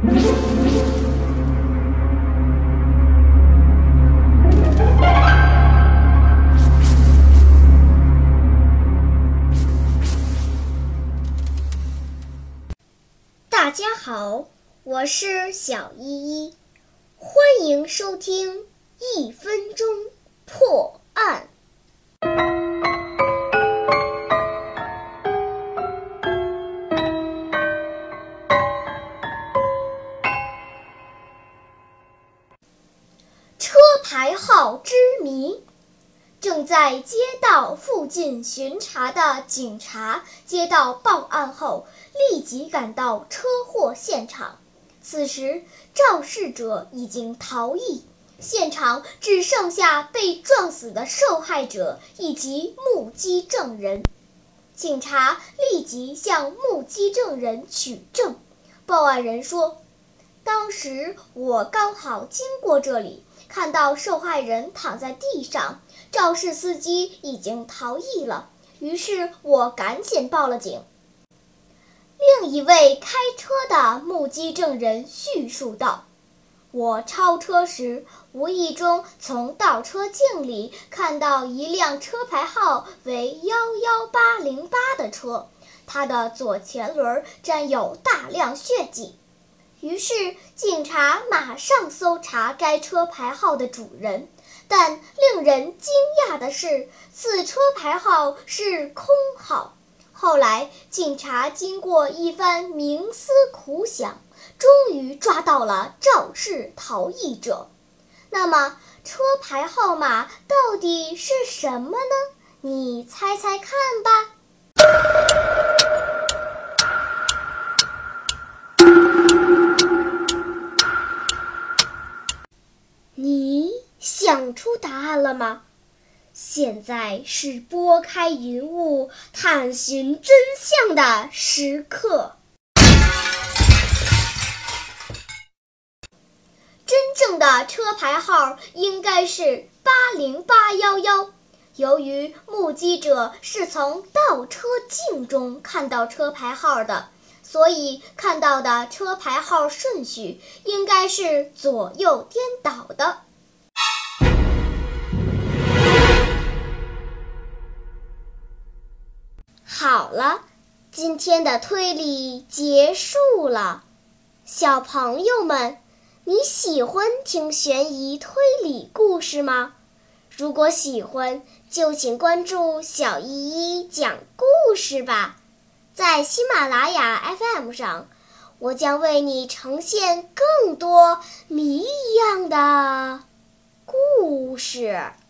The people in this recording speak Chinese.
大家好，我是小依依，欢迎收听1分钟破案。车牌号之谜。正在街道附近巡查的警察接到报案后，立即赶到车祸现场。此时，肇事者已经逃逸，现场只剩下被撞死的受害者以及目击证人。警察立即向目击证人取证。报案人说：“当时我刚好经过这里，看到受害人躺在地上，肇事司机已经逃逸了，于是我赶紧报了警。”另一位开车的目击证人叙述道：“我超车时，无意中从倒车镜里看到一辆车牌号为11808的车，它的左前轮沾有大量血迹。”于是警察马上搜查该车牌号的主人，但令人惊讶的是，此车牌号是空号。后来警察经过一番冥思苦想，终于抓到了肇事逃逸者。那么车牌号码到底是什么呢？你猜猜看吧。你想出答案了吗？现在是拨开云雾探寻真相的时刻。真正的车牌号应该是80811。由于目击者是从倒车镜中看到车牌号的，所以看到的车牌号顺序应该是左右颠倒的。好了，今天的推理结束了。小朋友们，你喜欢听悬疑推理故事吗？如果喜欢，就请关注小依依讲故事吧。在喜马拉雅 FM 上，我将为你呈现更多谜一样的故事。